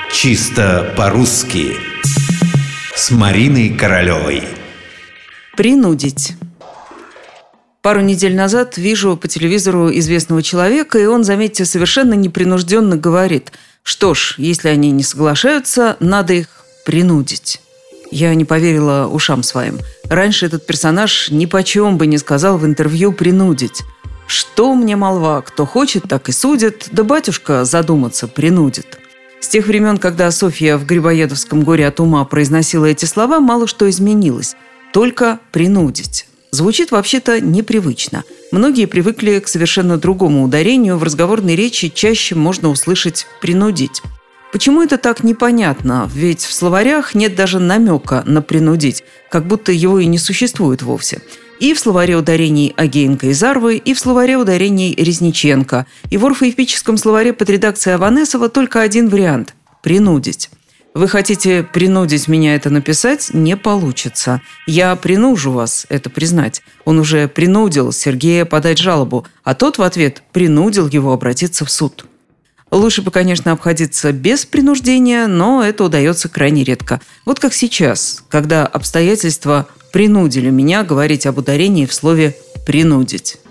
Чисто по-русски с Мариной Королевой. Принудить. Пару недель назад вижу по телевизору известного человека, и он, заметьте, совершенно непринужденно говорит: что ж, если они не соглашаются, надо их принудить. Я не поверила ушам своим. Раньше этот персонаж ни почем бы не сказал в интервью «принудить». Что мне молва, кто хочет, так и судит, да батюшка задуматься принудит. С тех времен, когда Софья в Грибоедовском «Горе от ума» произносила эти слова, мало что изменилось. Только принудить. Звучит вообще-то непривычно. Многие привыкли к совершенно другому ударению. В разговорной речи чаще можно услышать «принудить». Почему это так, непонятно, ведь в словарях нет даже намека на «принудить», как будто его и не существует вовсе. И в словаре ударений Агеенко и Зарвы, и в словаре ударений Резниченко, и в орфоэпическом словаре под редакцией Аванесова только один вариант – «принудить». Вы хотите принудить меня это написать? Не получится. Я принужу вас это признать. Он уже принудил Сергея подать жалобу, а тот в ответ принудил его обратиться в суд. Лучше бы, конечно, обходиться без принуждения, но это удается крайне редко. Вот как сейчас, когда обстоятельства принудили меня говорить об ударении в слове «принудить».